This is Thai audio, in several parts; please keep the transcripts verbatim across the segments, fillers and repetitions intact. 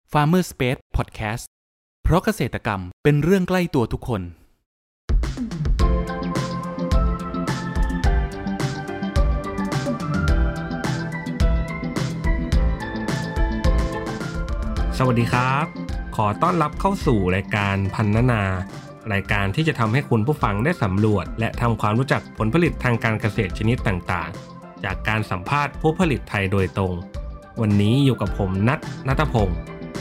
Farmer Space Podcast เพราะเกษตรกรรมเป็นเรื่องใกล้ตัวทุกคนสวัสดีครับขอต้อนรับเข้าสู่รายการพันนานารายการที่จะทำให้คุณผู้ฟังได้สำรวจและทำความรู้จักผลผลิตทางการเกษตรชนิดต่างๆจากการสัมภาษณ์ผู้ผลิตไทยโดยตรงวันนี้อยู่กับผมนัท ณัฐพงศ์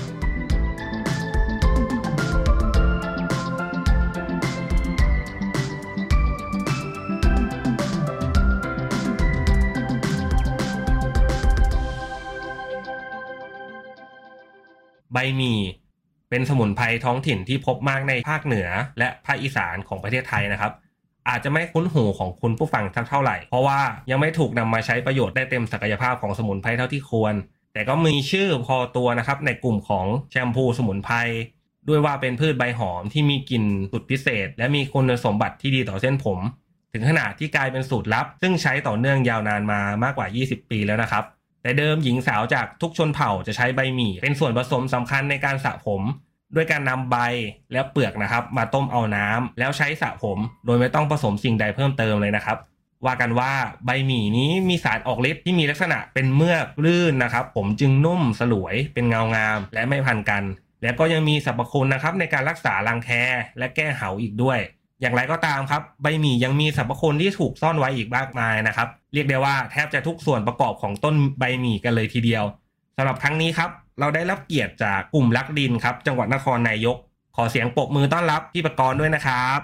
ใบหมี่เป็นสมุนไพรท้องถิ่นที่พบมากในภาคเหนือและภาคอีสานของประเทศไทยนะครับอาจจะไม่คุ้นหูของคุณผู้ฟังสักเท่าไหร่เพราะว่ายังไม่ถูกนำมาใช้ประโยชน์ได้เต็มศักยภาพของสมุนไพรเท่าที่ควรแต่ก็มีชื่อพอตัวนะครับในกลุ่มของแชมพูสมุนไพรด้วยว่าเป็นพืชใบหอมที่มีกลิ่นสุดพิเศษและมีคุณสมบัติที่ดีต่อเส้นผมถึงขนาดที่กลายเป็นสูตรลับซึ่งใช้ต่อเนื่องยาวนานมามากกว่ายี่สิบปีแล้วนะครับแต่เดิมหญิงสาวจากทุกชนเผ่าจะใช้ใบหมี่เป็นส่วนผสมสำคัญในการสระผมด้วยการนำใบและเปลือกนะครับมาต้มเอาน้ำแล้วใช้สระผมโดยไม่ต้องผสมสิ่งใดเพิ่มเติมเลยนะครับว่ากันว่าใบหมี่นี้มีสารออกฤทธิ์ที่มีลักษณะเป็นเมือกลื่นนะครับผมจึงนุ่มสลวยเป็นเงางามและไม่พันกันและก็ยังมีสรรพคุณนะครับในการรักษารังแคและแก้เหาอีกด้วยอย่างไรก็ตามครับใบหมี่ยังมีสรรพคุณที่ถูกซ่อนไว้อีกมากมายนะครับเรียกได้ว่าแทบจะทุกส่วนประกอบของต้นใบหมี่กันเลยทีเดียวสำหรับครั้งนี้ครับเราได้รับเกียรติจากกลุ่มรักดินครับจังหวัดนครนายกขอเสียงปรบมือต้อนรับพี่ประกรณ์ด้วยนะครับ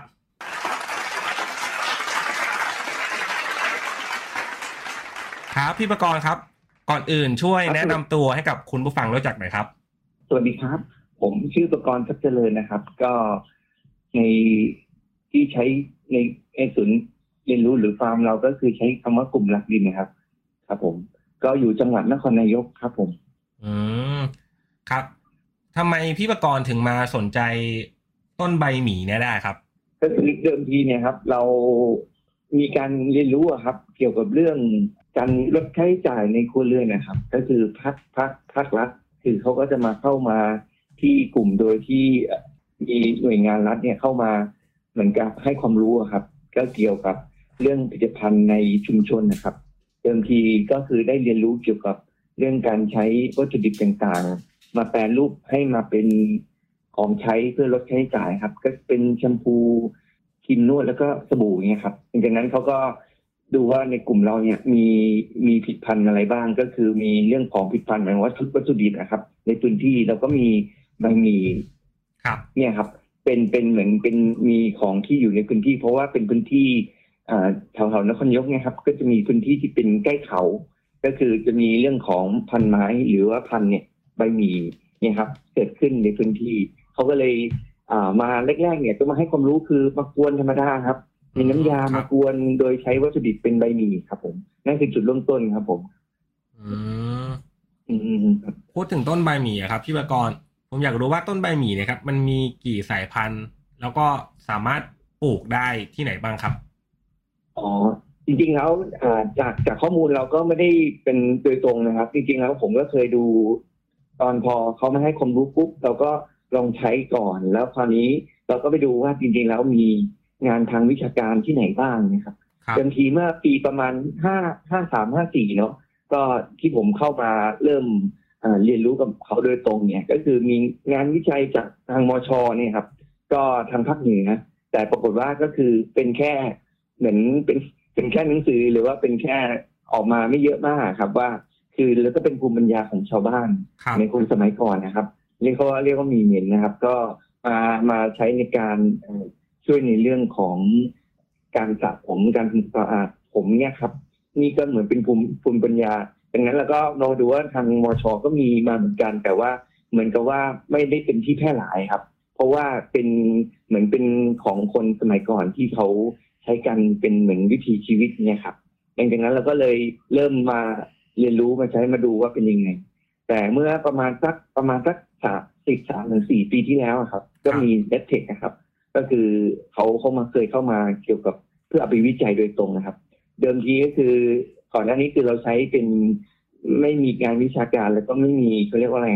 ครับพี่ประกรณ์ครับก่อนอื่นช่วยแนะนำตัวให้กับคุณผู้ฟังรู้จักหน่อยครับสวัสดีครับผมชื่อประกรณ์ทรัพย์เจริญนะครับก็ในที่ใช้ในในศูนย์เรียนรู้หรือฟาร์มเราก็คือใช้คำว่ากลุ่มรักดินนะครับครับผมก็อยู่จังหวัดนครนายกครับผมอืมครับทำไมพี่ประกรณ์ถึงมาสนใจต้นใบหมี่เนี่ยได้ครับก็คือเดิมทีเนี่ยครับเรามีการเรียนรู้ครับเกี่ยวกับเรื่องการลดค่าใช้จ่ายในครัวเรือนนะครับก็คือภาคภาคภาครัฐคือเขาก็จะมาเข้ามาที่กลุ่มโดยที่มีหน่วยงานรัฐเนี่ยเข้ามาเหมือนกับให้ความรู้ครับก็เกี่ยวกับเรื่องผลิตภัณฑ์ในชุมชนนะครับเดิมทีก็คือได้เรียนรู้เกี่ยวกับเรื่องการใช้วัตถุดิบต่างๆมาแปรรูปให้มาเป็นของใช้เพื่อลดค่าใช้จ่ายครับก็เป็นแชมพูครีมนวดแล้วก็สบู่อย่างเงี้ยครับดังนั้นเขาก็ดูว่าในกลุ่มเราเนี่ยมีมีผลิตภัณฑ์อะไรบ้างก็คือมีเรื่องของผลิตภัณฑ์หมายว่าวัตถุดิบนะครับในพื้นที่แล้วก็มีใบหมี่ครับเนี่ยครับเป็นเป็นเหมือนเป็นมีของที่อยู่ในพื้นที่เพราะว่าเป็นพื้นที่อ่าแถวๆนครนายกเนี่ยครับก็จะมีพื้นที่ที่เป็นใกล้เขาก็คือจะมีเรื่องของพันไม้หรือว่าพันเนี่ยใบหมี่เนี่ยครับเกิดขึ้นในพื้นที่เขาก็เลยอ่ามาแรกๆเนี่ยก็มาให้ความรู้คือมากวนธรรมดาครับมีน้ำยามากวนโดยใช้วัตถุดิบเป็นใบหมี่ครับผมนั่นคือจุดเริ่มต้นครับผมอืมอืมพูดถึงต้นใบหมี่ครับพี่ประกรณ์ผมอยากรู้ว่าต้นใบหมี่เนี่ยครับมันมีกี่สายพันธุ์แล้วก็สามารถปลูกได้ที่ไหนบ้างครับอ๋อจริงๆแล้วจากจากข้อมูลเราก็ไม่ได้เป็นโดยตรงนะครับจริงๆแล้วผมก็เคยดูตอนพอเขามาให้ความรู้ปุ๊บเราก็ลองใช้ก่อนแล้วคราวนี้เราก็ไปดูว่าจริงๆแล้วมีงานทางวิชาการที่ไหนบ้างนะครับเดิมทีเมื่อปีประมาณห้า ห้าสาม ห้าสี่เนาะก็ที่ผมเข้ามาเริ่มเรียนรู้กับเขาโดยตรงเนี่ยก็คือมีงานวิจัยจากทางมช.เนี่ยครับก็ทางภาคเหนือแต่ปรากฏว่าก็คือเป็นแค่เหมือนเป็นเป็นแค่หนังสือหรือว่าเป็นแค่ออกมาไม่เยอะมากครับว่าคือแล้วก็เป็นภูมิปัญญาของชาวบ้านในคนสมัยก่อนนะครับเรียกว่าเรียกว่ามีเงินนะครับก็มามาใช้ในการช่วยในเรื่องของการสระผมการทำความสะอาดผมเนี่ยครับนี่ก็เหมือนเป็นภูมิภูมิปัญญาดังนั้นแล้วก็เราดูว่าทางมช.ก็มีมาเหมือนกันแต่ว่าเหมือนกับว่าไม่ได้เป็นที่แพร่หลายครับเพราะว่าเป็นเหมือนเป็นของคนสมัยก่อนที่เขาใช้กันเป็นเหมือนวิถีชีวิตเนี่ยครับดังนั้นเราก็เลยเริ่มมาเรียนรู้มาใช้มาดูว่าเป็นยังไงแต่เมื่อประมาณสักประมาณสักสามสิบสามถึงสี่ปีที่แล้วครับก็มีเน็ตเทคนะครับก็คือเขาเข้ามาเคยเข้ามาเกี่ยวกับเพื่อเอาไปวิจัยโดยตรงนะครับเดิมทีก็คือก่อนหน้านี้คือเราใช้เป็นไม่มีการวิชาการแล้วก็ไม่มีเขาเรียกว่าอะไรครับ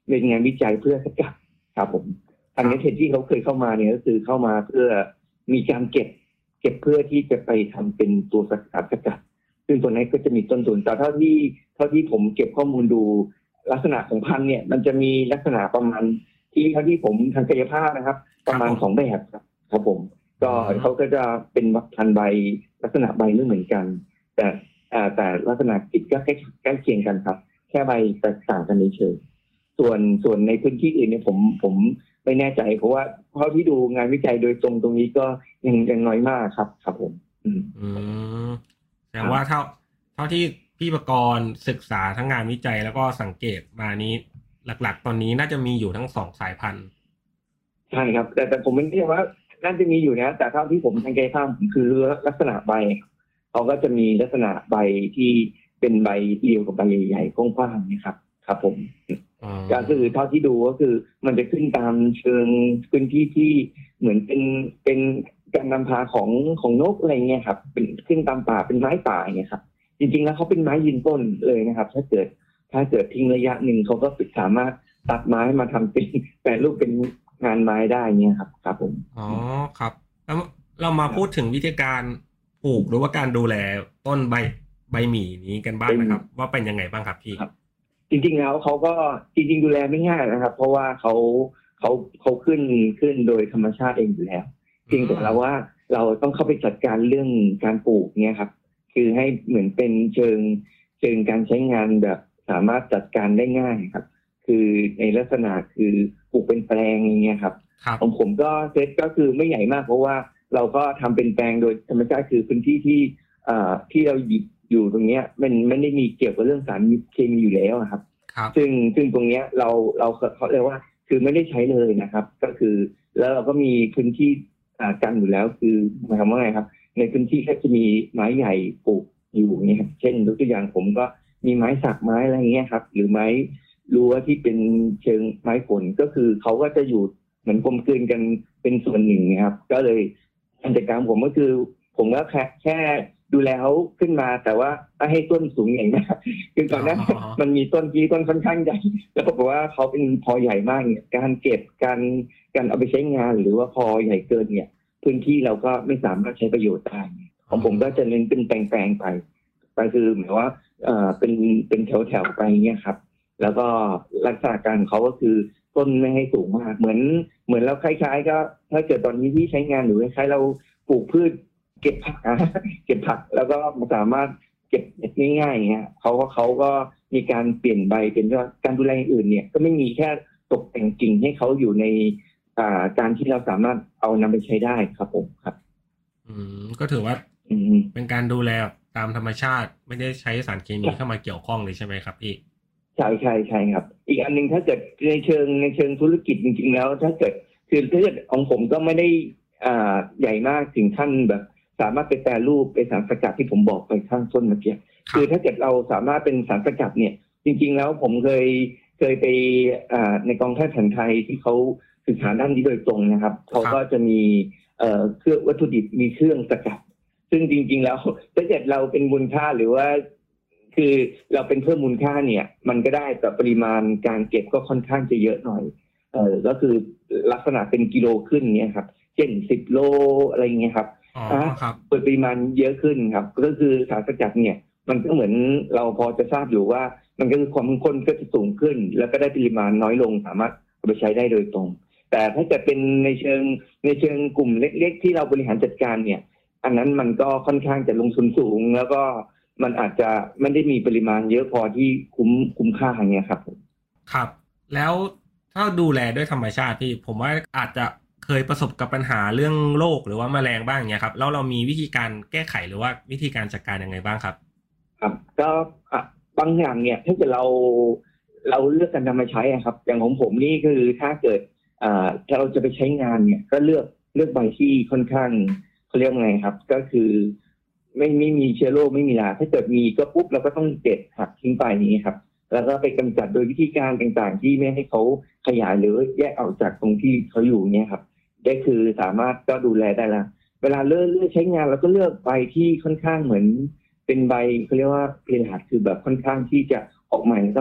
เป็นงานวิจัยเพื่อสกัดครับผมอันนี้เทคที่เขาเคยเข้ามาเนี่ยก็คือเข้ามาเพื่อมีการเก็บเก็บเพื่อที่จะไปทำเป็นตัวสกัดสกัดซึ่งตัวนี้ก็จะมีต้นทุนแต่เท่าที่เท่าที่ผมเก็บข้อมูลดูลักษณะของพันธุ์เนี่ยมันจะมีลักษณะประมาณที่เท่าที่ผมทางกายภาพนะครับประมาณสองแบบครับครับผมก็เขาก็จะเป็นพันธุ์ใบลักษณะใบไม่เหมือนกันแต่แต่ลักษณะกิจก็ใกล้ใกล้เคียงกันครับแค่ใบแตกต่างกันเฉยส่วนส่วนในพื้นที่อื่นเนี่ยผมผมไม่แน่ใจเพราะว่าเท่าที่ดูงานวิจัยโดยตรงตรงนี้ก็ยังยังน้อยมากครับครับผมอืมอืมแสดงว่าเท่าเท่าที่พี่ประกรณ์ศึกษาทั้งงานวิจัยแล้วก็สังเกตมานี้หลักๆตอนนี้น่าจะมีอยู่ทั้งสองสายพันธุ์ใช่ครับแต่แต่ผมไม่ได้ว่าน่าจะมีอยู่นะแต่เท่าที่ผมทางกายภาพคือลักษณะใบเขาก็จะมีลักษณะใบที่เป็นใบเดียวกับใบใหญ่ๆกว้างๆนะครับครับผมก็คือเท่าที่ดูก็คือมันจะขึ้นตามเชิงพื้นที่ที่เหมือนเป็นเป็นการนำพาของของนกอะไรเงี้ยครับเป็นขึ้นตามป่าเป็นไม้ป่าเงี้ยครับจริงๆแล้วเขาเป็นไม้ยืนต้นเลยนะครับถ้าเกิดถ้าเกิดทิ้งระยะหนึ่งเขาก็สามารถตัดไม้มาทำเป็นแปรรูปเป็นงานไม้ได้เนี่ยครับครับผมอ๋อครับแล้วเรามาพูดถึงวิธีการปลูกหรือว่าการดูแลต้นใบใบหมี่นี้กันบ้างนะครับว่าเป็นยังไงบ้างครับพี่จริงๆแล้วเขาก็จริงๆดูแลไม่ง่ายนะครับเพราะว่าเขาเขาเขาขึ้นขึ้นโดยธรรมชาติเองอยู่แล้วจริงแต่เราว่าเราต้องเข้าไปจัดการเรื่องการปลูกเนี่ยครับคือให้เหมือนเป็นเชิงเชิงการใช้งานแบบสามารถจัดการได้ง่ายครับคือในลักษณะคือปลูกเป็นแปลงอย่างเงี้ยครับของผมก็เซตก็คือไม่ใหญ่มากเพราะว่าเราก็ทำเป็นแปลงโดยธรรมชาติคือพื้นที่ที่อ่าที่เราหยิบอยู่ตรงเนี้ยมันไม่ได้มีเกี่ยวกับเรื่องสารเคมีอยู่แล้วครับซึ่งซึ่งตรงเนี้ยเราเราเขาเรียกว่าคือไม่ได้ใช้เลยนะครับก็คือแล้วเราก็มีพื้นที่อ่ากันอยู่แล้วคือหมายความว่าไงครับในพื้นที่ก็จะมีไม้ใหญ่ปลูกอยู่เนี่ยครับเช่นยกตัวอย่างผมก็มีไม้สักไม้อะไรเงี้ยครับหรือไม้รั้วที่เป็นเชิงไม้ผลก็คือเขาก็จะอยู่เหมือนกลมกลืนกันเป็นส่วนหนึ่งนะครับก็เลยกิจกรรมผมก็คือผมก็แค่แค่ดูแลเขาขึ้นมาแต่ว่าไม่ให้ต้นสูงอย่างนี้คือตอนนั้นมันมีต้นที่ต้นค่อนข้างใหญ่แล้วปรากฏว่าเขาเป็นพอใหญ่มากเนี่ยการเก็บการการเอาไปใช้งานหรือว่าพอใหญ่เกินเนี่ยพื้นที่เราก็ไม่สามารถใช้ประโยชน์ได้ของผมก็จะเน้นเป็นแปลงๆไปก็คือหมายว่าเอ่อเป็นเป็นแถวๆไปเนี่ยครับแล้วก็ลักษณะการเขาก็คือต้นไม่ให้สูงมากเหมือนเหมือนเราคล้ายๆก็ถ้าเกิดตอนนี้ที่ใช้งานหรือคล้ายๆเราปลูกพืชเก็บผักนะเก็บผักแล้วก็สามารถเก็บง่ายๆเงี้ยเขาก็เขาก็มีการเปลี่ยนใบเป็นการดูแลอื่นเนี่ยก็ไม่มีแค่ตกแต่งกิ่งให้เขาอยู่ในอ่าการที่เราสามารถเอานำไปใช้ได้ครับผมครับอืมก็ถือว่าอืมเป็นการดูแลตามธรรมชาติไม่ได้ใช้สารเคมีเข้ามาเกี่ยวข้องเลยใช่ไหมครับพี่ใช่ใช่ใช่ครับอีกอันนึงถ้าเกิดในเชิงในเชิงธุรกิจจริงๆแล้วถ้าเกิดคือถ้าเกิดของผมก็ไม่ได้อ่าใหญ่มากถึงขั้นแบบสามารถไปแปรรูปเป็นสารสกัดที่ผมบอกไปข้างต้นเมื่อกี้คือถ้าเกิดเราสามารถเป็นสารสกัดเนี่ยจริงๆแล้วผมเคยเคยไปอ่าในกองแพทย์แผนไทยที่เขาศึกษาด้านนี้โดยตรงนะครับเขาก็จะมีเอ่อเครื่องวัตถุดิบมีเครื่องสกัดซึ่งจริงๆแล้วถ้าเกิดเราเป็นมูลค่าหรือว่าคือเราเป็นเพิ่มมูลค่าเนี่ยมันก็ได้แต่ปริมาณการเก็บก็ค่อนข้างจะเยอะหน่อยเออก็คือลักษณะเป็นกิโลขึ้นเนี่ยครับเช่นสิบโลอะไรเงี้ยครับอ๋อครับเปิดปริมาณเยอะขึ้นครับก็คือสารสกัดเนี่ยมันก็เหมือนเราพอจะทราบอยู่ว่ามันก็คือความเข้มข้นก็จะสูงขึ้นแล้วก็ได้ปริมาณน้อยลงสามารถเอาไปใช้ได้โดยตรงแต่ถ้าจะเป็นในเชิงในเชิงกลุ่มเล็กๆที่เราบริหารจัดการเนี่ยอันนั้นมันก็ค่อนข้างจะลงทุนสูงแล้วก็มันอาจจะไม่ได้มีปริมาณเยอะพอที่คุ้มคุ้มค่าอย่างเงี้ยครับครับแล้วถ้าดูแลด้วยธรรมชาติที่ผมว่าอาจจะเคยประสบกับปัญหาเรื่องโรคหรือว่าแมลงบ้างอย่างเงี้ยครับแล้วเรามีวิธีการแก้ไขหรือว่าวิธีการจัดการยังไงบ้างครับครับก็บางอย่างเนี่ยถ้าเกิดเราเราเลือกการนำมาใช้ครับอย่างของผมนี่คือถ้าเกิดถ้าเราจะไปใช้งานเนี่ยก็เลือกเลือกใบที่ค่อนข้างเขาเรียกไงครับก็คือไม่ไม่มีเชื้อโรคไม่มีราถ้าเกิดมีก็ปุ๊บเราก็ต้องเด็ดหักทิ้งไปนี้ครับแล้วก็ไปกำจัดโดยวิธีการต่างๆที่ไม่ให้เขาขยายหรือแยกออกจากตรงที่เขาอยู่เนี่ยครับได้คือสามารถก็ดูแลได้ละเวลาเลือกเลือกใช้งานเราก็เลือกใบที่ค่อนข้างเหมือนเป็นใบเขาเรียกว่าเพลาดคือแบบค่อนข้างที่จะออกใหม่แล้วก็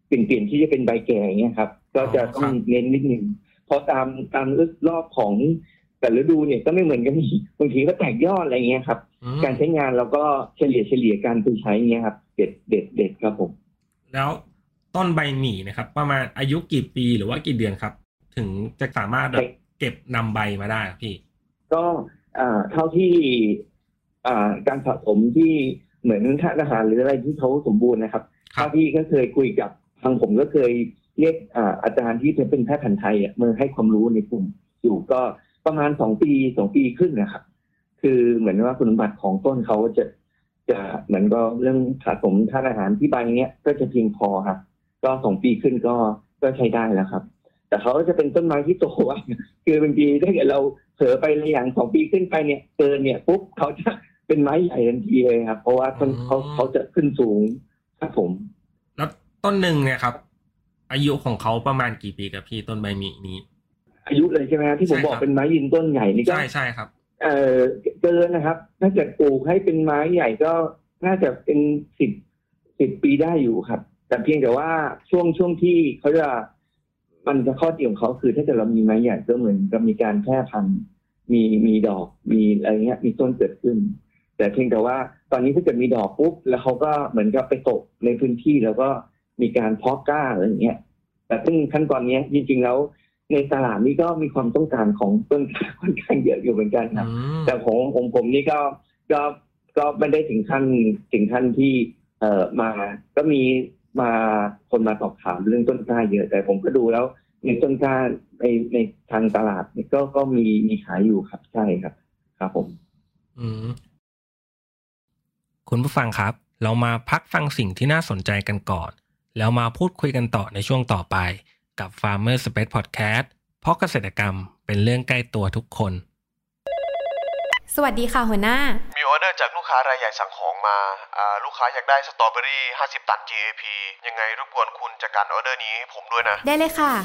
เปลี่ยนเปลี่ยนที่จะเป็นใบแก่อย่างเงี้ยครับก็จะต้องเน้นนิดนึงเพราะตามตามรอบของแต่ฤดูเนี่ยก็ไม่เหมือนกันบางทีก็แตกยอดอะไรเงี้ยครับการใช้งานเราก็เฉลี่ยเฉลี่ยการไปใช้เงี้ยครับเด็ดเด็ดเด็ดครับผมแล้วต้นใบหมี่นะครับประมาณอายุกี่ปีหรือว่ากี่เดือนครับถึงจะสามารถเก็บนำใบมาได้พี่ก็เท่าที่การสะสมที่เหมือนท่าทหารหรืออะไรที่เขาสมบูรณ์นะครับเท่าที่ก็เคยคุยกับทางผมก็เคยเรียกอาจารย์ที่เป็นแพทย์แผนไทยอ่ะมาให้ความรู้ในกลุ่มอยู่ก็ประมาณสองปีสองปีขึ้นนะครับคือเหมือนว่าคุณสมบัติของต้นเขาจะจะเหมือนก็เรื่องสะสมธาตุอาหารที่ใบเนี้ยก็จะเพียงพอครับก็สองปีขึ้นก็ก็ใช้ได้แล้วครับแต่เขาจะเป็นต้นไม้ที่โตอ่ะคือบางทีถ้าเกิดเราเผลอไปในอย่างสองปีขึ้นไปเนี่ยเกินเนี่ยปุ๊บเขาจะเป็นไม้ใหญ่ทันทีเลยครับเพราะว่าต้นเขาเขาจะขึ้นสูงครับผมแล้วต้นหนึ่งเนี่ยครับอายุของเขาประมาณกี่ปีกับพี่ต้นใบหมี่นี้อายุเลยใช่ไหมครับที่ผมบอกเป็นไม้ยืนต้นใหญ่นี่ก็ใช่ใช่ครับเออเกินนะครับถ้าเกิดปลูกให้เป็นไม้ใหญ่ก็น่าจะเป็นสิบสิบปีได้อยู่ครับแต่เพียงแต่ว่าช่วงช่วงที่เขาจะมันจะข้อดีของเขาคือถ้าเกิดเรามีไม้ใหญ่ก็เหมือนกับมีการแพร่พันธุ์มีมีดอกมีอะไรเงี้ยมีต้นเกิดขึ้นแต่เพียงแต่ว่าตอนนี้ถ้าเกิดมีดอกปุ๊บแล้วเขาก็เหมือนกับไปตกในพื้นที่แล้วก็มีการเพาะกล้าอะไรอย่างเงี้ยแต่ซึ่งขั้นตอนนี้จริงๆแล้วในตลาดนี้ก็มีความต้องการของต้นกล้าค่อนข้างเยอะอยู่เหมือนกันครับแต่ของของผมนี่ก็ก็ก็ไม่ได้ถึงขั้นถึงขั้นที่เอ่อมาก็มีมาคนมาสอบถามเรื่องต้นกล้าเยอะแต่ผมก็ดูแล้วในต้นกล้าในในทางตลาดนี่ก็ก็มีมีขายอยู่ครับใช่ครับครับผมอืมคุณผู้ฟังครับเรามาพักฟังสิ่งที่น่าสนใจกันก่อนแล้วมาพูดคุยกันต่อในช่วงต่อไปกับ Farmer Space Podcast เพราะเกษตรกรรมเป็นเรื่องใกล้ตัวทุกคนสวัสดีค่ะหัวหน้ามีออเดอร์จากลูกค้ารายใหญ่สั่งของมาอ่าลูกค้าอยากได้สตรอเบอรี่ห้าสิบตัน จี เอ พี ยังไงรบกวนคุณจัดการออเดอร์นี้ให้ผมด้วยนะได้เลยค่ะ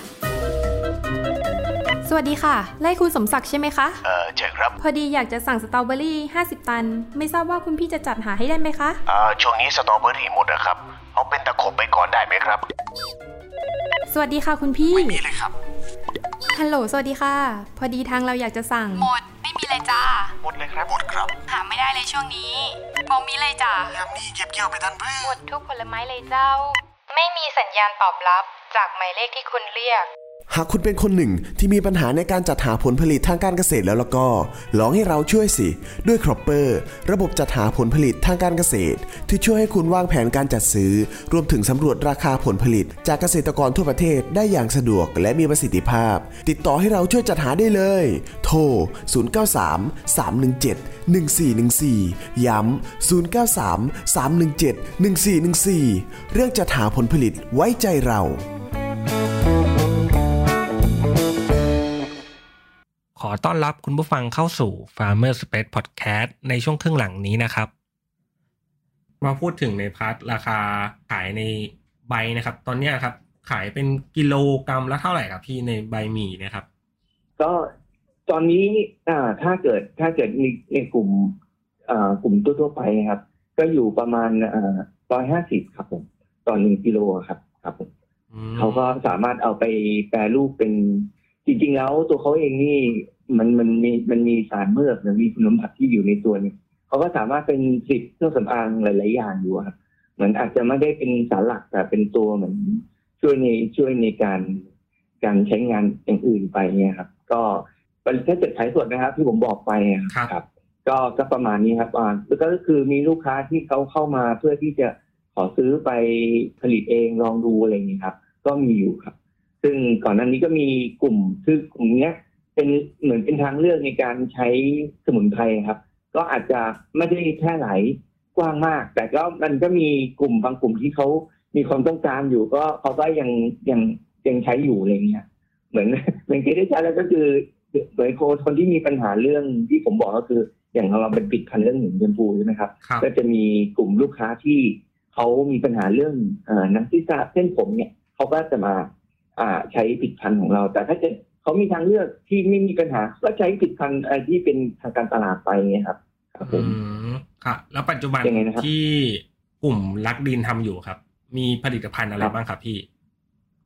สวัสดีค่ะไล่คุณสมศักดิ์ใช่ไหมคะเออใช่ครับพอดีอยากจะสั่งสตรอเบอรี่ห้าสิบตันไม่ทราบว่าคุณพี่จะจัดหาให้ได้ไหมคะอ่าช่วงนี้สตรอเบอรี่หมดนะครับเอาเป็นตะขบไปก่อนได้ไหมครับสวัสดีค่ะคุณพี่ไม่มีเลยครับฮัลโหลสวัสดีค่ะพอดีทางเราอยากจะสั่งหมดไม่มีเลยจ้าหมดเลยครับหมดครับหาไม่ได้เลยช่วงนี้มองมีเลยจ้ายามนี้เก็บเกี่ยวไปทันเพื่อหมดทุกผลไม้เลยเจ้าไม่มีสัญญาณตอบรับจากหมายเลขที่คุณเรียกหากคุณเป็นคนหนึ่งที่มีปัญหาในการจัดหาผลผลิตทางการเกษตรแล้วล่ะก็ลองให้เราช่วยสิด้วย Cropper ระบบจัดหาผลผลิตทางการเกษตรที่ช่วยให้คุณวางแผนการจัดซื้อรวมถึงสำรวจราคาผลผลิตจากเกษตรกรทั่วประเทศได้อย่างสะดวกและมีประสิทธิภาพติดต่อให้เราช่วยจัดหาได้เลยโทรศูนย์ เก้า สาม สาม หนึ่ง เจ็ด หนึ่ง สี่ หนึ่ง สี่ย้ำศูนย์ เก้า สาม สาม หนึ่ง เจ็ด หนึ่ง สี่ หนึ่ง สี่เรื่องจัดหาผลผลิตไว้ใจเราขอต้อนรับคุณผู้ฟังเข้าสู่ Farmer Space Podcast ในช่วงครึ่งหลังนี้นะครับมาพูดถึงในพาร์ทราคาขายในใบนะครับตอนนี้ครับขายเป็นกิโลกรัมละเท่าไหร่ครับพี่ในใบหมี่นะครับก็ตอนนี้อ่าถ้าเกิดถ้าเกิดในในกลุ่มอ่ากลุ่มทั่วๆไปครับก็อยู่ประมาณอ่าหนึ่งร้อยห้าสิบครับผมต่อหนึ่งกิโลครับครับผมเขาก็สามารถเอาไปแปรรูปเป็นจริงๆแล้วตัวเขาเองนี่มันมันมีมันมีสารเมือกมันมีคุณสมบัติที่อยู่ในตัวนี่เขาก็สามารถเป็นสิบเครื่องสำอางหลายๆอย่างอยู่ครับเหมือนอาจจะไม่ได้เป็นสารหลักแต่เป็นตัวเหมือนช่วยในช่วยในการการใช้งานอย่างอื่นไปเนี่ยครับก็ถ้าเกิดขายสดนะครับที่ผมบอกไปครับก็ก็ประมาณนี้ครับอ่าแล้วก็คือมีลูกค้าที่เขาเข้ามาเพื่อที่จะขอซื้อไปผลิตเองลองดูอะไรอย่างนี้ครับก็มีอยู่ครับซึ่งก่อนหน้านี้ก็มีกลุ่มคือกลุ่มนี้เป็นเหมือนเป็นทางเลือกในการใช้สมุนไพรครับก็อาจจะไม่ได้แพร่หลายกว้างมากแต่ก็มันก็มีกลุ่มบางกลุ่มที่เขามีความต้องการอยู่ก็เขาก็ยังยังยังใช้อยู่อะไรเงี้ยเหมือนเหมือนที่ได้ใช้แล้วก็คือโดยคนที่มีปัญหาเรื่องที่ผมบอกก็คืออย่างเราเป็นปิดพันเรื่องหนึ่งชมพูใช่ไหมครับก็จะมีกลุ่มลูกค้าที่เขามีปัญหาเรื่องหนังศีรษะเส้นผมเนี่ยเขาก็จะมาใช้ผลิตภัณฑ์ของเราแต่ถ้าเกิดเขามีทางเลือกที่ไม่มีปัญหาก็ใช้ผลิตภัณฑ์อะไรที่เป็นทางการตลาดไปไงครับครับผมค่ะแล้วปัจจุบันที่กลุ่มลักดินทำอยู่ครับมีผลิตภัณฑ์อะไรบ้างครับพี่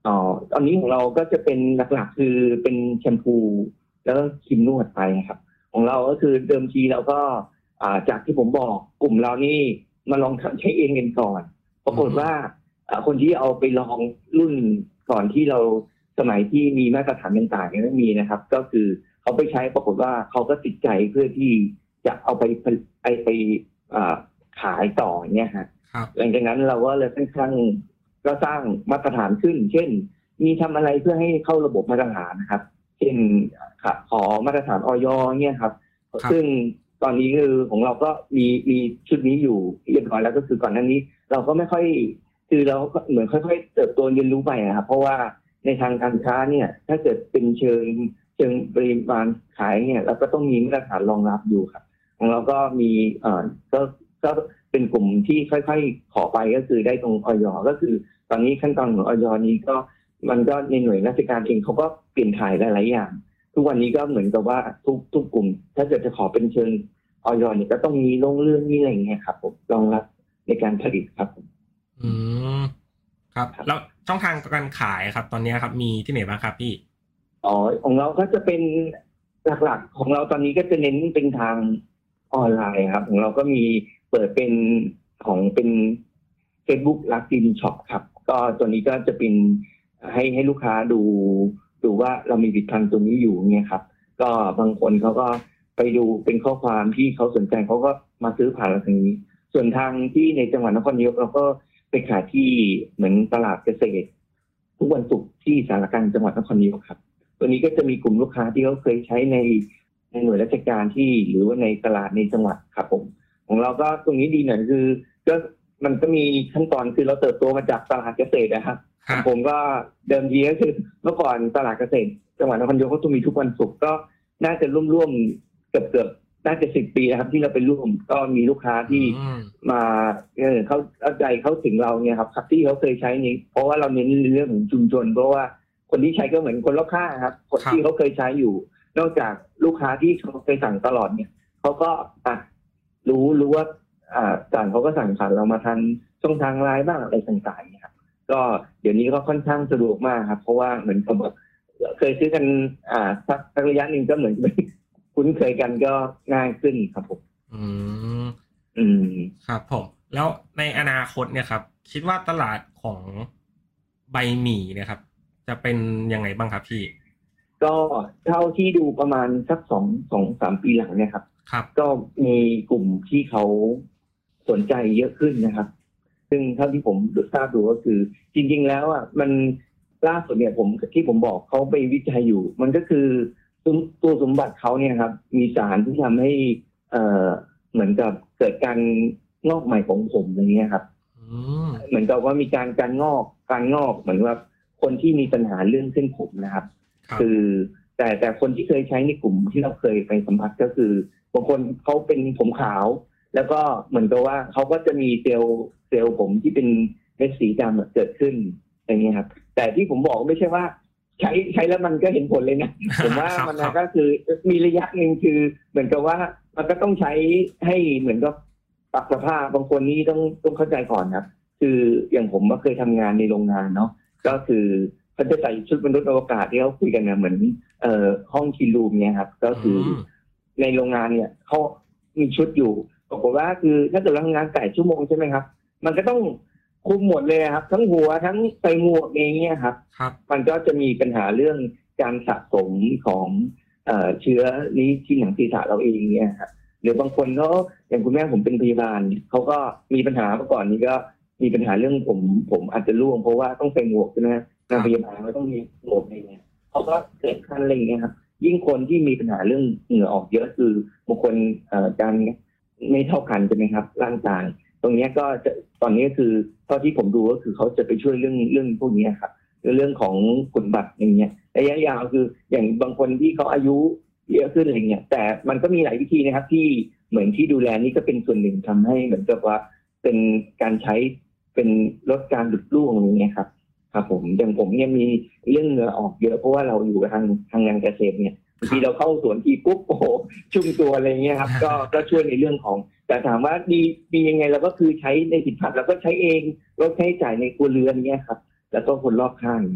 อ๋อตอนนี้ของเราก็จะเป็นหลักๆคือเป็นแชมพูแล้วก็ครีมนวดไปครับของเราก็คือเดิมทีเราก็อ่าจากที่ผมบอกกลุ่มเรานี่มาลองทำใช้เองกันก่อนปรากฏว่าคนที่เอาไปลองรุ่นก่อนที่เราสมัยที่มีมาตรฐานต่างๆยังไม่มีนะครับก็คือเขาไปใช้ปรากฏว่าเขาก็ติดใจเพื่อที่จะเอาไปไปไปขายต่อเนี่ยฮะหลังจากนั้นเราก็เลยค่อนข้างก็สร้างมาตรฐานขึ้นเช่นมีทำอะไรเพื่อให้เข้าระบบมาตรฐานนะครับเช่นขอมาตรฐานอย.เนี่ยครับซึ่งตอนนี้คือของเราก็มีมีชุดนี้อยู่เรียบร้อยแล้วก็คือก่อนหน้านี้เราก็ไม่ค่อยคือเราก็เหมือนค่อยๆเติบโตเรียนรู้ไปครับเพราะว่าในทางการค้าเนี่ยถ้าเกิดเป็นเชิงเชิงปริมาณขายเนี่ยเราก็ต้องมีมาตรฐานรองรับอยู่ครับของเราก็มีเอ่อก็ก็เป็นกลุ่มที่ค่อยๆขอไปก็คือได้ตรงอย.ก็คือตอนนี้ขั้นตอนของอย.นี้ก็มันก็ในหน่วยราชการเองเขาก็เปลี่ยนถ่ายหลายๆอย่างทุกวันนี้ก็เหมือนกับว่าทุกทุกกลุ่มถ้าเกิดจะขอเป็นเชิงอย.เนี่ยก็ต้องมีโรงเรือนมีอะไรอย่างเงี้ยครับผมรองรับในการผลิตครับผมอืมครับแล้วช่องทางการขายครับตอนนี้ครับมีที่ไหนบ้างครับพี่อ๋อของเราก็จะเป็นหลักๆของเราตอนนี้ก็จะเน้นเป็นทางออนไลน์ครับของเราก็มีเปิดเป็นของเป็น Facebook ลักดินช็อปครับก็ตัวนี้ก็จะเป็นให้ให้ลูกค้าดูดูว่าเรามีผลิตภัณฑ์ตัวนี้อยู่เนี่ยครับก็บางคนเขาก็ไปดูเป็นข้อความที่เขาสนใจเขาก็มาซื้อผ่านทางนี้ส่วนทางที่ในจังหวัดนครนายกเราก็ไปขายที่เหมือนตลาดเกษตรทุกวันศุกร์ที่สารกลางจังหวัดนครนายกครับตัวนี้ก็จะมีกลุ่มลูกค้าที่เขาเคยใช้ในในหน่วยราชการที่หรือว่าในตลาดในจังหวัดครับผมของเราก็ตรงนี้ดีหน่อยคือก็มันก็มีขั้นตอนคือเราเติบโตมาจากตลาดเกษตรนะครับผมก็เดิมทีก็คือเมื่อก่อนตลาดเกษตรจังหวัดนครนายกเขาจะมีทุกวันศุกร์ก็น่าจะร่วมๆเกือบๆน่าจะสิบปีนะครับที่เราไปร่วมก็มีลูกค้าที่มาเออเขาเข้าใจเขาถึงเราเนี่ยครับที่เขาเคยใช้นี้เพราะว่าเราเน้นเรื่องของชุมชนเพราะว่าคนที่ใช้ก็เหมือนคนรอบข้างครับคนที่เขาเคยใช้อยู่นอกจากลูกค้าที่เขาเคยสั่งตลอดเนี่ยเขาก็อ่ะรู้รู้ว่าอ่าสั่งเขาก็สั่งผ่านเรามาทางช่องทางไลน์บ้างอะไรต่างๆเนี่ยครับก็เดี๋ยวนี้ก็ค่อนข้างสะดวกมากครับเพราะว่าเหมือนกับเคยซื้อกันอ่าสักระยะหนึ่งก็เหมือนคุ้นเคยกันก็ง่ายขึ้นครับผมอืมอืมครับผมแล้วในอนาคตเนี่ยครับคิดว่าตลาดของใบหมี่เนี่ยครับจะเป็นยังไงบ้างครับพี่ก็เท่าที่ดูประมาณสักสองสองสามปีหลังเนี่ยครับครับก็มีกลุ่มที่เขาสนใจเยอะขึ้นนะครับซึ่งเท่าที่ผมทราบดูก็คือจริงๆแล้วอ่ะมันล่าสุดเนี่ยผมที่ผมบอกเขาไปวิจัยอยู่มันก็คือตัวสมบัติเขาเนี่ยครับมีสารที่ทำให้เอ่อเหมือนกับเกิดการงอกใหม่ของผมอะไรเงี้ยครับเหมือนกับว่ามีการการงอกการงอกเหมือนว่าคนที่มีปัญหาเรื่องเส้นผมนะครับคือแต่แต่คนที่เคยใช้ในกลุ่มที่เราเคยไปสัมผัสก็คือบางคนเขาเป็นผมขาวแล้วก็เหมือนกับว่าเขาก็จะมีเซลล์เซลล์ผมที่เป็นเม็ดสีดำเกิดขึ้นอย่างเงี้ยครับแต่ที่ผมบอกไม่ใช่ว่าใช้ใช้แล้วมันก็เห็นผลเลยนะ ผมว่ามันก็คือมีระยะหนึ่งคือเหมือนกับว่ามันก็ต้องใช้ให้เหมือนกับปรับสภาพบางคนนี้ต้องต้องเข้าใจก่อนครับคืออย่างผมก็เคยทำงานในโรงงานเนาะก็คือเขาจะใส่ชุดมนุษย์อวกาศที่เขาคุยกันเนี่ยเหมือนเอ่อห้องคีรูมเนี่ยครับก็คือในโรงงานเนี่ยเขามีชุดอยู่บอกว่าคือถ้าเกิดเราทำงานแปดชั่วโมงใช่ไหมครับมันก็ต้องคุมหมดเลยครับทั้งหัวทั้งใส่หมวกอย่างเงี้ยครับมันก็จะมีปัญหาเรื่องการสะสมของเอ่อเชื้อนี้ที่หนังศีรษะเราเองเนี่ยครับหรือบางคนเขาอย่างคุณแม่ผมเป็นพยาบาลเขาก็มีปัญหาเมื่อก่อนนี้ก็มีปัญหาเรื่องผมผมอาจจะร่วงเพราะว่าต้องใส่หมวกใช่ไหมงานพยาบาลก็ต้องมีหมวกอะไรเงี้ยเขาก็เกิดขั้นอะไรเงี้ยครับยิ่งคนที่มีปัญหาเรื่องเหงื่อออกเยอะคือบางคนเอ่อการไม่เท่ากันใช่ไหมครับร่างกายตรงนี้ก็จะตอนนี้คือเท่าที่ผมดูก็คือเขาจะไปช่วยเรื่องเรื่องพวกนี้ครับเรื่องของคุณบัตรอย่างเงี้ยระยะยาวคืออย่างบางคนที่เขาอายุเยอะขึ้นอะไรเงี้ยแต่มันก็มีหลายวิธีนะครับที่เหมือนที่ดูแลนี่ก็เป็นส่วนหนึ่งทำให้เหมือนกับว่าเป็นการใช้เป็นลดการหลุดร่วงอย่างเงี้ยครับครับผมอย่างผมเนี่ยมีเรื่องเหงื่อออกเยอะเพราะว่าเราอยู่ทางทางงานเกษตรเนี่ยบางทีเราเข้าสวนทีปุ๊บโอ้โหชุ่มตัวอะไรเงี้ยครับก็ก็ช่วยในเรื่องของแต่ถามว่าดีดียังไงเราก็คือใช้ในผลิตภัณฑ์เราก็ใช้เองลดค่าใช้จ่ายในครัวเรือนเงี้ยครับแล้วก็คนรอบข้างเนี่ยครับ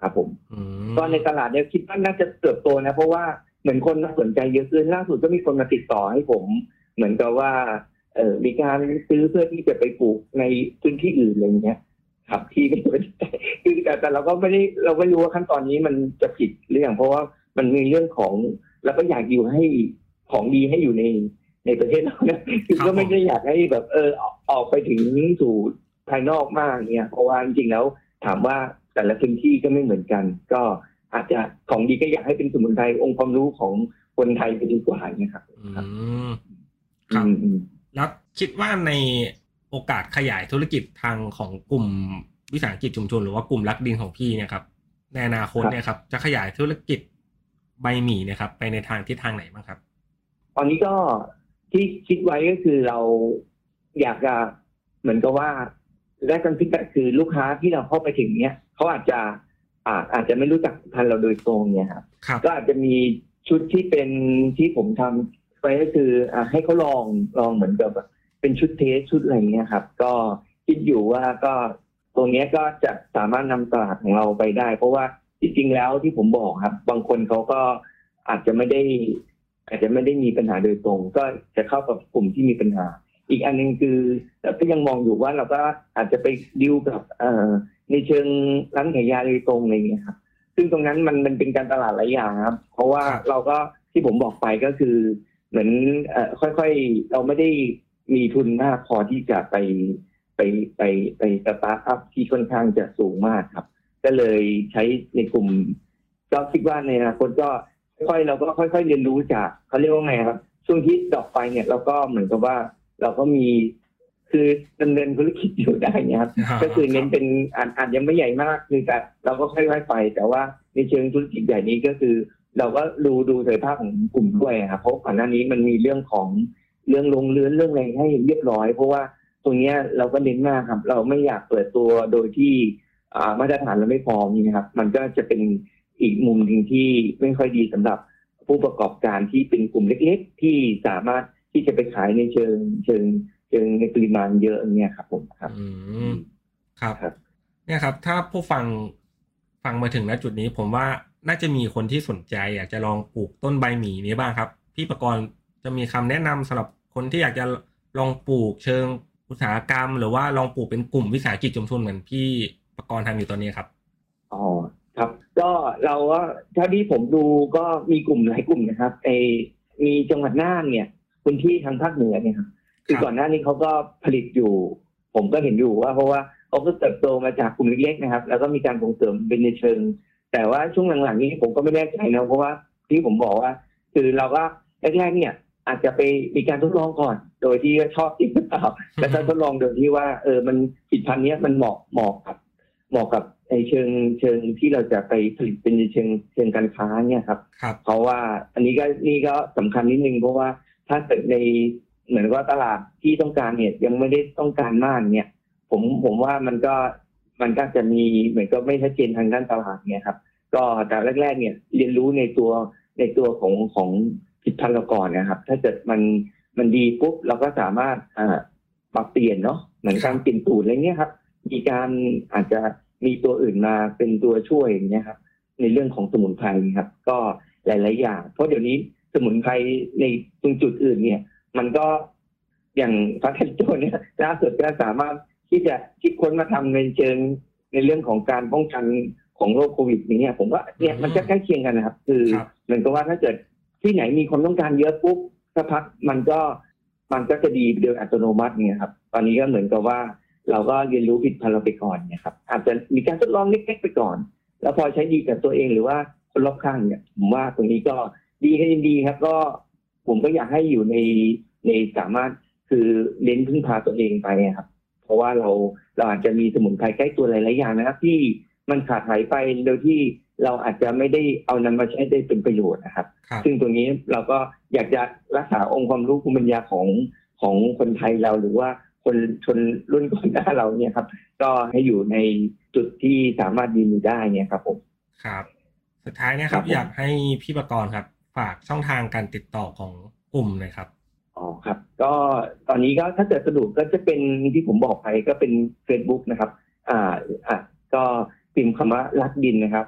ครับผมก็ในตลาดเนี่ยคิดว่าน่าจะเติบโตนะเพราะว่าเหมือนคนสนใจเยอะขึ้นล่าสุดก็มีคนมาติดต่อให้ผมเหมือนกับว่าเออมีการซื้อเพื่อที่จะไปปลูกในพื้นที่อื่นอะไรเงี้ยครับที่ไม่เป็นคือแต่เราก็ไม่ได้เราไม่รู้ว่าขั้นตอนนี้มันจะผิดหรือยังเพราะว่ามันมีเรื่องของแล้วก็อยากอยู่ให้ของดีให้อยู่ในในประเทศเราเนี่ยคือก็ไม่ได้อยากให้แบบเออออกไปถึงสู่ภายนอกมากเนี่ยเพราะว่าจริงๆแล้วถามว่าแต่ละพื้นที่ก็ไม่เหมือนกันก็อาจจะของดีก็อยากให้เป็นสมุนไพรองค์ความรู้ของคนไทยไปดีกว่านะครับครับครับแล้วคิดว่าในโอกาสขยายธุรกิจทางของกลุ่มวิสาหกิจชุมชนหรือว่ากลุ่มรักดินของพี่เนี่ยครับในอนาคตเนี่ยครับจะขยายธุรกิจใบหมี่เนี่ยครับไปในทางทิศทางไหนบ้างครับตอนนี้ก็ที่คิดไว้ก็คือเราอยากจะเหมือนกับว่าแรกกันที่คือลูกค้าที่เราเข้าไปถึงเนี้ยเขาอาจจะอาอาจจะไม่รู้จักพันเราโดยตรงเนี่ยครับก็อาจจะมีชุดที่เป็นที่ผมทำไปก็คืออ่าให้เขาลองลองเหมือนกับเป็นชุดเทสชุดอะไรเงี้ยครับก็คิดอยู่ว่าก็ตรงนี้ก็จะสามารถนำตลาดของเราไปได้เพราะว่าจริงๆแล้วที่ผมบอกครับบางคนเขาก็อาจจะไม่ได้อาจจะไม่ได้มีปัญหาโดยตรงก็จะเข้ากับกลุ่มที่มีปัญหาอีกอันนึงคือเราก็ยังมองอยู่ว่าเราก็อาจจะไปดิวกับเอ่อในเชิงร้านขายยาโดยตรงอะไรเงี้ยครับซึ่งตรงนั้นมันมันเป็นการตลาดหลายอย่างครับเพราะว่าเราก็ที่ผมบอกไปก็คือเหมือนเอ่อค่อยๆเราไม่ได้มีทุนมากพอที่จะไปไปไปไปสตาร์ทอัพที่ค่อนข้างจะสูงมากครับก็เลยใช้ในกลุ่มก็คิดว่าในอนาคตก็ค่อยๆเราก็ค่อยๆเรียนรู้จากเขาเรียกว่าไงครับช่วงที่ดอกไปเนี่ยเราก็เหมือนกับว่าเราก็มีคือดำเนินธุรกิจอยู่ได้เนี่ยครับก็คือเน้นเป็นอาจอาจยังไม่ใหญ่มากคือแต่เราก็ค่อยๆไปแต่ว่าในเชิงธุรกิจใหญ่นี้ก็คือเราก็ดูดูศักยภาพของกลุ่มด้วยครับเพราะก่อนหน้านี้มันมีเรื่องของเรื่องลงเรือนเรื่องอะไรให้เรียบร้อยเพราะว่าตรงนี้เราก็เน้นมากครับเราไม่อยากเปิดตัวโดยที่มาตรฐานเราไม่พอนี่นะครับมันก็จะเป็นอีกมุมหนึ่งที่ไม่ค่อยดีสำหรับผู้ประกอบการที่เป็นกลุ่มเล็กๆที่สามารถที่จะไปขายในเชิงเชิงเชิงในปริมาณเยอะเนี่ยครับผมครับอืมครับเนี่ยครับถ้าผู้ฟังฟังมาถึงณจุดนี้ผมว่าน่าจะมีคนที่สนใจอยากจะลองปลูกต้นใบหมี่นี้บ้างครับพี่ประกรณ์จะมีคำแนะนำสำหรับคนที่อยากจะลองปลูกเชิงอุตสาหกรรมหรือว่าลองปลูกเป็นกลุ่มวิสาหกิจชุมชนเหมือนพี่ประกรณ์ทำอยู่ตอนนี้ครับอ๋อครับก็เราก็เท่าที่ผมดูก็มีกลุ่มหลายกลุ่มนะครับไอมีจังหวัดน่านเนี่ยพื้นที่ทางภาคเหนือเนี่ยครับคือก่อนหน้านี้เขาก็ผลิตอยู่ผมก็เห็นอยู่ว่าเพราะว่าเขาก็เติบโตมาจากกลุ่มเล็กๆนะครับแล้วก็มีการส่งเสริมเป็นในเชิงแต่ว่าช่วงหลังๆนี้ผมก็ไม่แน่ใจนะเพราะว่าที่ผมบอกว่าคือเราก็แรกๆเนี่ยอาจจะไปมีการทดลองก่อนโดยที่ชอบจริงหรือเปล่าแล้วก็ทดลองโดยที่ว่าเออมันผลิตภัณฑ์นี้มันเหมาะเหมาะกับเหมาะกับในเชิงเชิงที่เราจะไปผลิตเป็นในเชิงเชิงการค้าเนี่ยครับเพราะว่าอันนี้ก็นี่ก็สำคัญนิดนึงเพราะว่าถ้าเกิดในเหมือนว่าตลาดที่ต้องการเนี่ยยังไม่ได้ต้องการมากเนี่ยผมผมว่ามันก็มันก็จะมีเหมือนก็ไม่ชัดเจนทางด้านตลาดเนี่ยครับก็แต่แรกๆเนี่ยเรียนรู้ในตัวในตัวของของผลิตภัณฑ์เราก่อนนะครับถ้าเกิดมันมันดีปุ๊บเราก็สามารถอ่าปรับเปลี่ยนเนาะเหมือนการเปลี่ยนสูตรอะไรเงี้ยครับมีการอาจจะมีตัวอื่นมาเป็นตัวช่วยอย่างเงี้ยครับในเรื่องของสมุนไพรครับก็หลายๆอย่างเพราะเดี๋ยวนี้สมุนไพรในตรงจุดอื่นเนี่ยมันก็อย่างฟาเทนโจเนี่ยล่าสุดก็สามารถที่จะคิดค้นมาทำในเชิงในเรื่องของการป้องกันของโรคโควิดนี้เนี่ยผมว่าเนี่ยมันจะใกล้เคียงกันนะครับคือเหมือนกับว่าถ้าเกิดที่ไหนมีความต้องการเยอะปุ๊บสักพักมันก็มันก็จะดีโดยอัตโนมัติเนี่ยครับตอนนี้ก็เหมือนกับว่าเราก็เรียนรู้ผิดพันธุ์เราไปก่อนเนี่ยครับอาจจะมีการทดลองเล็กๆไปก่อนแล้วพอใช้ดีกับตัวเองหรือว่าคนรอบข้างเนี่ยผมว่าตรงนี้ก็ดีก็ยินดีครับก็ผมก็อยากให้อยู่ในในสามารถคือเน้นพึ่งพาตัวเองไปครับเพราะว่าเราเราอาจจะมีสมุนไพรใกล้ตัวหลายๆอย่างนะครับที่มันขาดหายไปโดยที่เราอาจจะไม่ได้เอานำมาใช้ได้เป็นประโยชน์นะครับซึ่งตรงนี้เราก็อยากจะรักษาองค์ความรู้ภูมิปัญญาของของคนไทยเราหรือว่าคนชนรุ่นก่อนหน้าเราเนี่ยครับก็ให้อยู่ในจุดที่สามารถยืนอยู่ได้เนี่ยครับผมครับสุดท้ายนะครับอยากให้พี่ประกรณ์ครับฝากช่องทางการติดต่อของกลุ่มเลยครับอ๋อครับก็ตอนนี้ก็ถ้าเกิดสะดวกก็จะเป็นที่ผมบอกไปก็เป็น Facebook นะครับอ่าอ่ะก็พิมพ์คำว่ารักดินนะครับ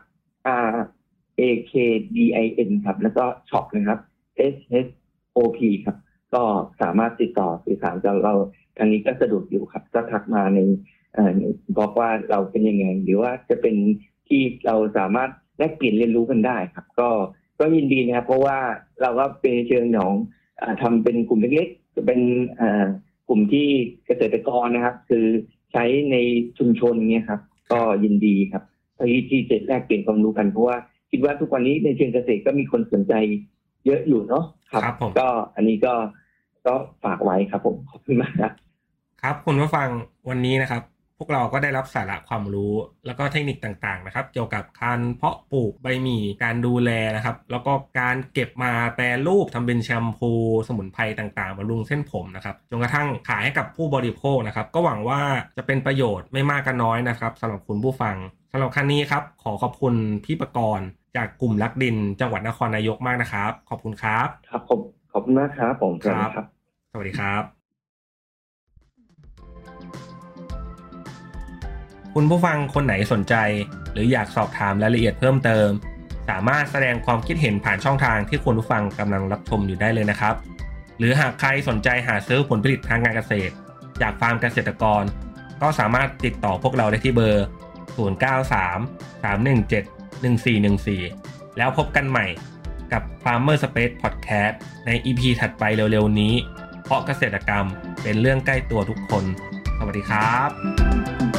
R A K D I N ครับแล้วก็ shop นะครับ S H O P ครับก็สามารถติดต่อสื่อสารกับเราทางนี้ก็สะดวกอยู่ครับก็ทักมาในเอ่อบอกว่าเราเป็นยังไงหรือว่าจะเป็นที่เราสามารถแลกเปลี่ยนเรียนรู้กันได้ครับก็ก็ยินดีนะครับเพราะว่าเราก็เป็นเชิงของอ่าทำเป็นกลุ่มเล็กๆเป็นอ่ากลุ่มที่เกษตรกรนะครับคือใช้ในชุมชนเนี่ยครับก็ยินดีครับที่ที่จะแลกเปลี่ยนความรู้กันเพราะว่าคิดว่าทุกวันนี้ในเชิงเกษตรก็มีคนสนใจเยอะอยู่เนาะครับก็อันนี้ก็ก็ฝากไว้ครับผมขอบคุณมากครับครับคุณผู้ฟังวันนี้นะครับพวกเราก็ได้รับสาระความรู้แล้วก็เทคนิคต่างๆนะครับเกี่ยวกับการเพาะปลูกใบหมี่การดูแลนะครับแล้วก็การเก็บมาแปรรูปทำเป็นแชมพูสมุนไพรต่างๆบำรุงเส้นผมนะครับจนกระทั่งขายให้กับผู้บริโภคนะครับก็หวังว่าจะเป็นประโยชน์ไม่มากก็น้อยนะครับสำหรับคุณผู้ฟังสำหรับครั้งนี้ครับขอขอบคุณพี่ประกรณ์จากกลุ่มรักดินจังหวัดนครนายกมากนะครับขอบคุณครับครับผมขอบคุณมากครับผมครับสวัสดีครับคุณผู้ฟังคนไหนสนใจหรืออยากสอบถามรายละเอียดเพิ่มเติมสามารถแสดงความคิดเห็นผ่านช่องทางที่คุณผู้ฟังกำลังรับชมอยู่ได้เลยนะครับหรือหากใครสนใจหาซื้อผลผลิตทางการเกษตรจากฟาร์มเกษตรกรก็สามารถติดต่อพวกเราได้ที่เบอร์ศูนย์ เก้า สาม สาม หนึ่ง เจ็ด หนึ่ง สี่ หนึ่ง สี่แล้วพบกันใหม่กับ Farmer Space Podcast ใน อี พี ถัดไปเร็วๆนี้เพราะเกษตรกรรมเป็นเรื่องใกล้ตัวทุกคนสวัสดีครับ